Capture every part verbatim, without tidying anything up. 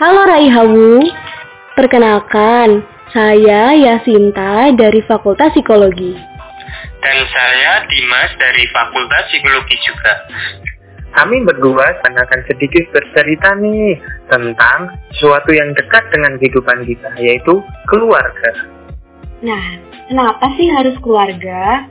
Halo Raihawu, perkenalkan, saya Yasinta dari Fakultas Psikologi. Dan saya Dimas dari Fakultas Psikologi juga. Kami berdua akan sedikit bercerita nih tentang sesuatu yang dekat dengan kehidupan kita, yaitu keluarga. Nah, kenapa sih harus keluarga?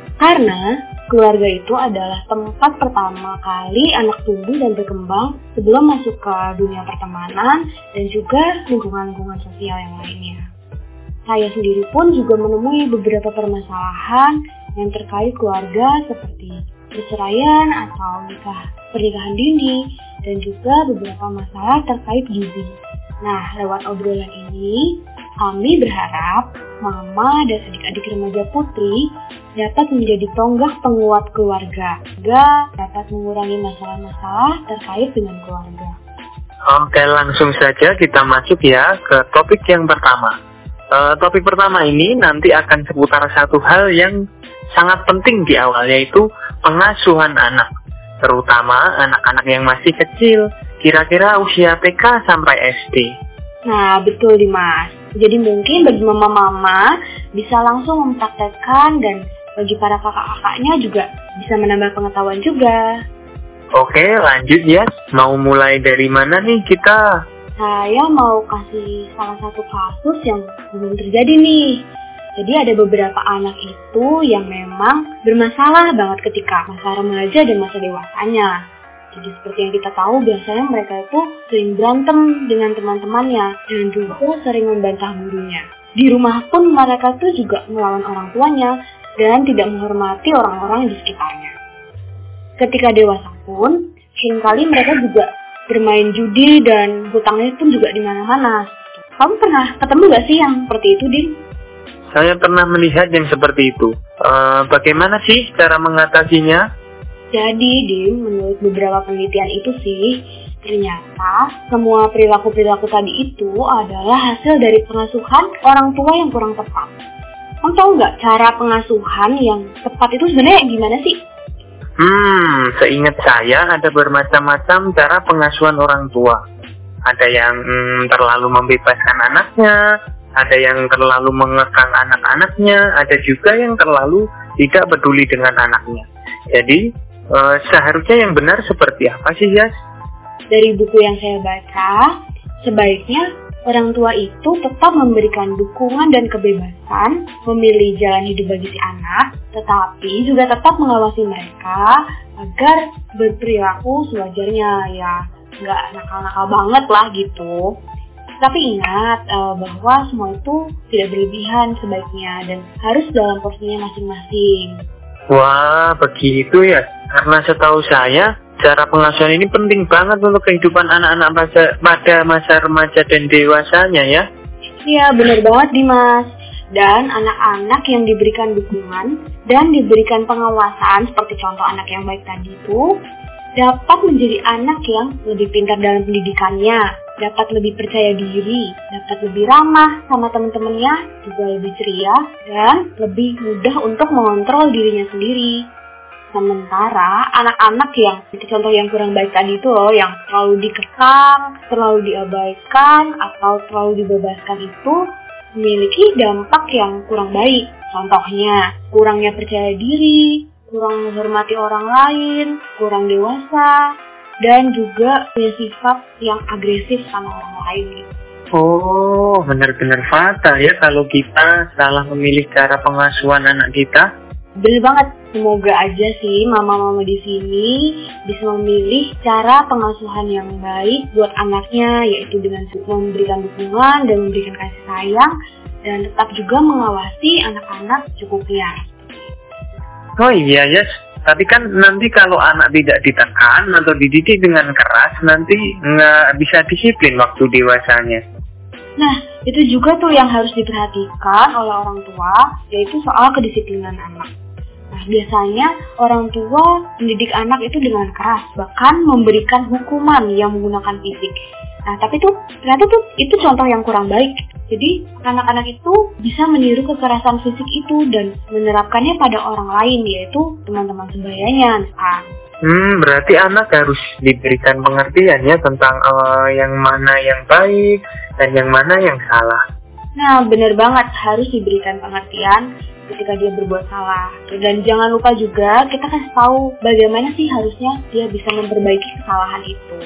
Karena keluarga itu adalah tempat pertama kali anak tumbuh dan berkembang sebelum masuk ke dunia pertemanan dan juga lingkungan-lingkungan sosial yang lainnya. Saya sendiri pun juga menemui beberapa permasalahan yang terkait keluarga seperti perceraian atau nikah pernikahan dini dan juga beberapa masalah terkait gizi. Nah, lewat obrolan ini, kami berharap mama dan adik-adik remaja putri dapat menjadi tonggak penguat keluarga, juga dapat mengurangi masalah-masalah terkait dengan keluarga. Oke, langsung saja kita masuk ya ke topik yang pertama. Uh, topik pertama ini nanti akan seputar satu hal yang sangat penting di awal, yaitu pengasuhan anak, terutama anak-anak yang masih kecil, kira-kira usia T K sampai S D. Nah, betul Dimas. Jadi mungkin bagi mama-mama bisa langsung mempraktekkan dan bagi para kakak-kakaknya juga bisa menambah pengetahuan juga. Oke, lanjut ya. Mau mulai dari mana nih kita? Saya mau kasih salah satu kasus yang belum terjadi nih. Jadi ada beberapa anak itu yang memang bermasalah banget ketika masa remaja dan masa dewasanya. Jadi seperti yang kita tahu, biasanya mereka itu sering berantem dengan teman-temannya dan juga sering membantah gurunya. Di rumah pun mereka tuh juga melawan orang tuanya dan tidak menghormati orang-orang di sekitarnya. Ketika dewasa pun, seringkali mereka juga bermain judi dan hutangnya pun juga di mana-mana. Kamu pernah ketemu gak sih yang seperti itu, Din? Saya pernah melihat yang seperti itu. Uh, bagaimana sih cara mengatasinya? Jadi, Dim, menurut beberapa penelitian itu sih, ternyata semua perilaku-perilaku tadi itu adalah hasil dari pengasuhan orang tua yang kurang tepat. Kamu tahu nggak cara pengasuhan yang tepat itu sebenarnya gimana sih? Hmm, seingat saya ada bermacam-macam cara pengasuhan orang tua. Ada yang hmm, terlalu membebaskan anaknya, ada yang terlalu mengekang anak-anaknya, ada juga yang terlalu tidak peduli dengan anaknya. Jadi, Uh, seharusnya yang benar seperti apa sih, Yas? Dari buku yang saya baca, sebaiknya orang tua itu tetap memberikan dukungan dan kebebasan memilih jalan hidup bagi si anak, tetapi juga tetap mengawasi mereka agar berperilaku sewajarnya, ya nggak nakal-nakal banget lah gitu. Tapi ingat uh, bahwa semua itu tidak berlebihan sebaiknya dan harus dalam porsinya masing-masing. Wah, begitu ya. Karena setahu saya, cara pengasuhan ini penting banget untuk kehidupan anak-anak pada, pada masa remaja dan dewasanya ya. Iya, benar banget Dimas. Dan anak-anak yang diberikan dukungan dan diberikan pengawasan seperti contoh anak yang baik tadi itu dapat menjadi anak yang lebih pintar dalam pendidikannya, dapat lebih percaya diri, dapat lebih ramah sama teman-temannya, juga lebih ceria, dan lebih mudah untuk mengontrol dirinya sendiri. Sementara anak-anak yang, itu contoh yang kurang baik tadi itu loh, yang terlalu dikekang, terlalu diabaikan, atau terlalu dibebaskan itu, memiliki dampak yang kurang baik. Contohnya, kurangnya percaya diri, kurang menghormati orang lain, kurang dewasa, dan juga punya sifat yang agresif sama orang lain gitu. Oh, benar-benar fatal ya kalau kita salah memilih cara pengasuhan anak kita. Bener banget, semoga aja sih mama-mama di sini bisa memilih cara pengasuhan yang baik buat anaknya, yaitu dengan memberikan dukungan dan memberikan kasih sayang, dan tetap juga mengawasi anak-anak cukupnya. Oh iya ya, yes. Tapi kan nanti kalau anak tidak ditekan atau dididik dengan keras, nanti nggak bisa disiplin waktu dewasanya. Nah, itu juga tuh yang harus diperhatikan oleh orang tua, yaitu soal kedisiplinan anak. Nah, biasanya orang tua mendidik anak itu dengan keras, bahkan memberikan hukuman yang menggunakan fisik. Nah, tapi tuh ternyata tuh itu contoh yang kurang baik. Jadi, anak-anak itu bisa meniru kekerasan fisik itu dan menerapkannya pada orang lain, yaitu teman-teman sebayanya. Nah, Hmm, berarti anak harus diberikan pengertian ya tentang uh, yang mana yang baik dan yang mana yang salah. Nah, benar banget, harus diberikan pengertian ketika dia berbuat salah. Dan jangan lupa juga kita kasih tahu bagaimana sih harusnya dia bisa memperbaiki kesalahan itu.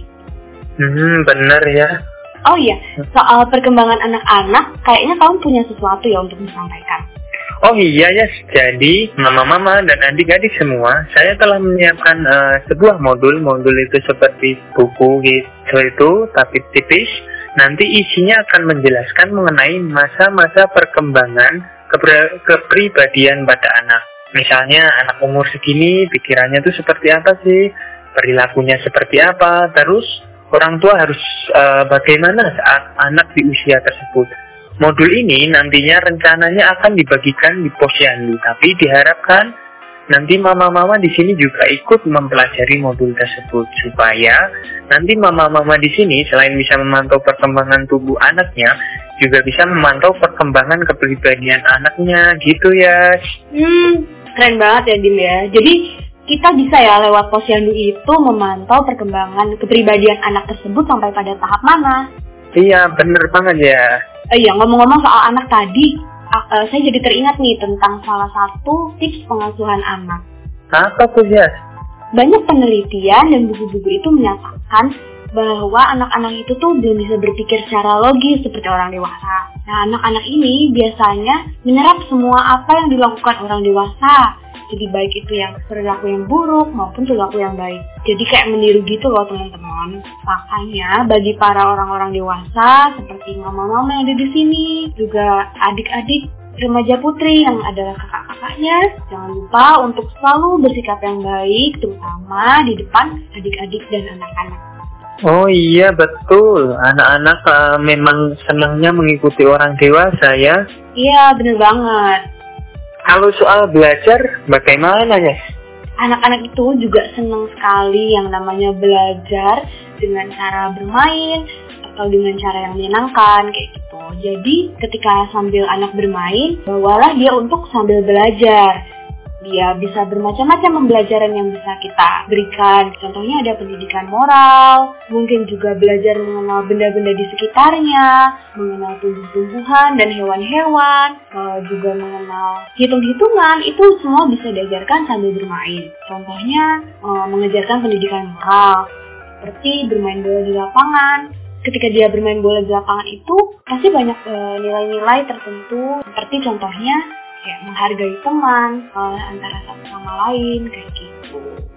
Hmm, benar ya. Oh iya, soal perkembangan anak-anak, kayaknya kamu punya sesuatu ya untuk disampaikan. Oh iya ya, jadi mama-mama dan adik-adik semua, saya telah menyiapkan uh, sebuah modul. Modul itu seperti buku gitu itu, tapi tipis. Nanti isinya akan menjelaskan mengenai masa-masa perkembangan keper- kepribadian pada anak. Misalnya anak umur segini, pikirannya itu seperti apa sih, perilakunya seperti apa, terus orang tua harus uh, bagaimana saat anak di usia tersebut. Modul ini nantinya rencananya akan dibagikan di posyandu, tapi diharapkan nanti mama-mama di sini juga ikut mempelajari modul tersebut supaya nanti mama-mama di sini selain bisa memantau perkembangan tubuh anaknya, juga bisa memantau perkembangan kepribadian anaknya gitu ya. Hmm, keren banget ya Dim ya. Jadi kita bisa ya lewat posyandu itu memantau perkembangan kepribadian anak tersebut sampai pada tahap mana. Iya, bener banget ya. Eh, iya, ngomong-ngomong soal anak tadi, uh, saya jadi teringat nih tentang salah satu tips pengasuhan anak. Apa tuh ya? Banyak penelitian dan buku-buku itu menyatakan bahwa anak-anak itu tuh belum bisa berpikir secara logis seperti orang dewasa. Nah, anak-anak ini biasanya menyerap semua apa yang dilakukan orang dewasa. Jadi baik itu yang perilaku yang buruk maupun perilaku yang baik. Jadi kayak meniru gitu loh teman-teman. Makanya bagi para orang-orang dewasa seperti mama-mama yang ada di sini, juga adik-adik remaja putri yang adalah kakak-kakaknya, jangan lupa untuk selalu bersikap yang baik, terutama di depan adik-adik dan anak-anak. Oh iya betul, anak-anak uh, memang senangnya mengikuti orang dewasa ya. Iya bener banget. Kalau soal belajar, bagaimana ya? Anak-anak itu juga senang sekali yang namanya belajar dengan cara bermain atau dengan cara yang menyenangkan kayak gitu. Jadi ketika sambil anak bermain, bawalah dia untuk sambil belajar. Dia bisa bermacam-macam pembelajaran yang bisa kita berikan. Contohnya ada pendidikan moral, mungkin juga belajar mengenal benda-benda di sekitarnya, mengenal tumbuh-tumbuhan dan hewan-hewan, juga mengenal hitung-hitungan. Itu semua bisa diajarkan sambil bermain. Contohnya mengajarkan pendidikan moral, seperti bermain bola di lapangan. Ketika dia bermain bola di lapangan itu, pasti banyak e, nilai-nilai tertentu, seperti contohnya kayak menghargai teman uh, antara satu sama lain kayak gitu.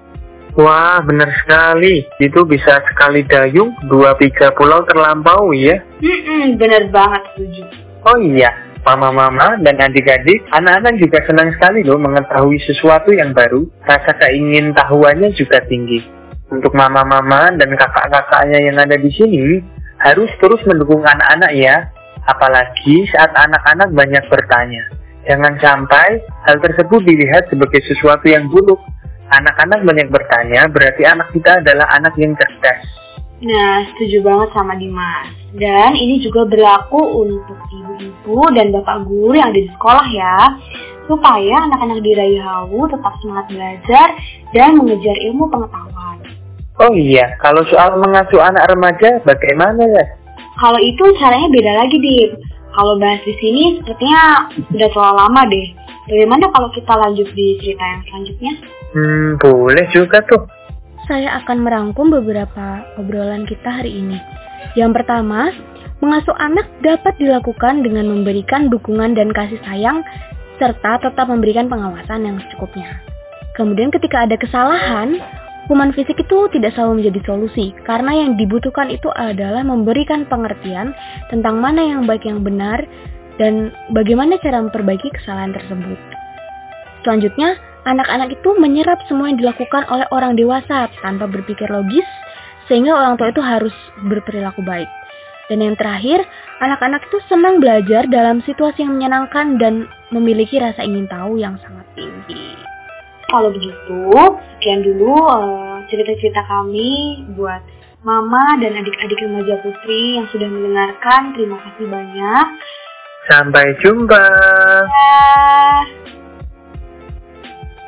Wah, benar sekali. Itu bisa sekali dayung, dua tiga pulau terlampaui ya. Hmm, benar banget, setuju. Oh iya, mama-mama dan adik-adik, anak-anak juga senang sekali loh mengetahui sesuatu yang baru. Rasa keingintahuannya juga tinggi. Untuk mama-mama dan kakak-kakaknya yang ada di sini, harus terus mendukung anak-anak ya. Apalagi saat anak-anak banyak bertanya. Jangan sampai hal tersebut dilihat sebagai sesuatu yang buruk. Anak-anak banyak bertanya, berarti anak kita adalah anak yang cerdas. Nah, setuju banget sama Dimas. Dan ini juga berlaku untuk ibu-ibu dan bapak guru yang ada di sekolah ya. Supaya anak-anak di Raihawu tetap semangat belajar dan mengejar ilmu pengetahuan. Oh iya, kalau soal mengasuh anak remaja, bagaimana ya? Kalau itu caranya beda lagi, Dim. Kalau bahas di sini sepertinya sudah terlalu lama deh. Bagaimana kalau kita lanjut di cerita yang selanjutnya? Hmm, boleh juga tuh. Saya akan merangkum beberapa obrolan kita hari ini. Yang pertama, mengasuh anak dapat dilakukan dengan memberikan dukungan dan kasih sayang, serta tetap memberikan pengawasan yang secukupnya. Kemudian ketika ada kesalahan, hukuman fisik itu tidak selalu menjadi solusi, karena yang dibutuhkan itu adalah memberikan pengertian tentang mana yang baik yang benar dan bagaimana cara memperbaiki kesalahan tersebut. Selanjutnya, anak-anak itu menyerap semua yang dilakukan oleh orang dewasa tanpa berpikir logis, sehingga orang tua itu harus berperilaku baik. Dan yang terakhir, anak-anak itu senang belajar dalam situasi yang menyenangkan dan memiliki rasa ingin tahu yang sangat tinggi. Kalau begitu, sekian dulu uh, cerita-cerita kami buat Mama dan adik-adik remaja putri yang sudah mendengarkan. Terima kasih banyak. Sampai jumpa.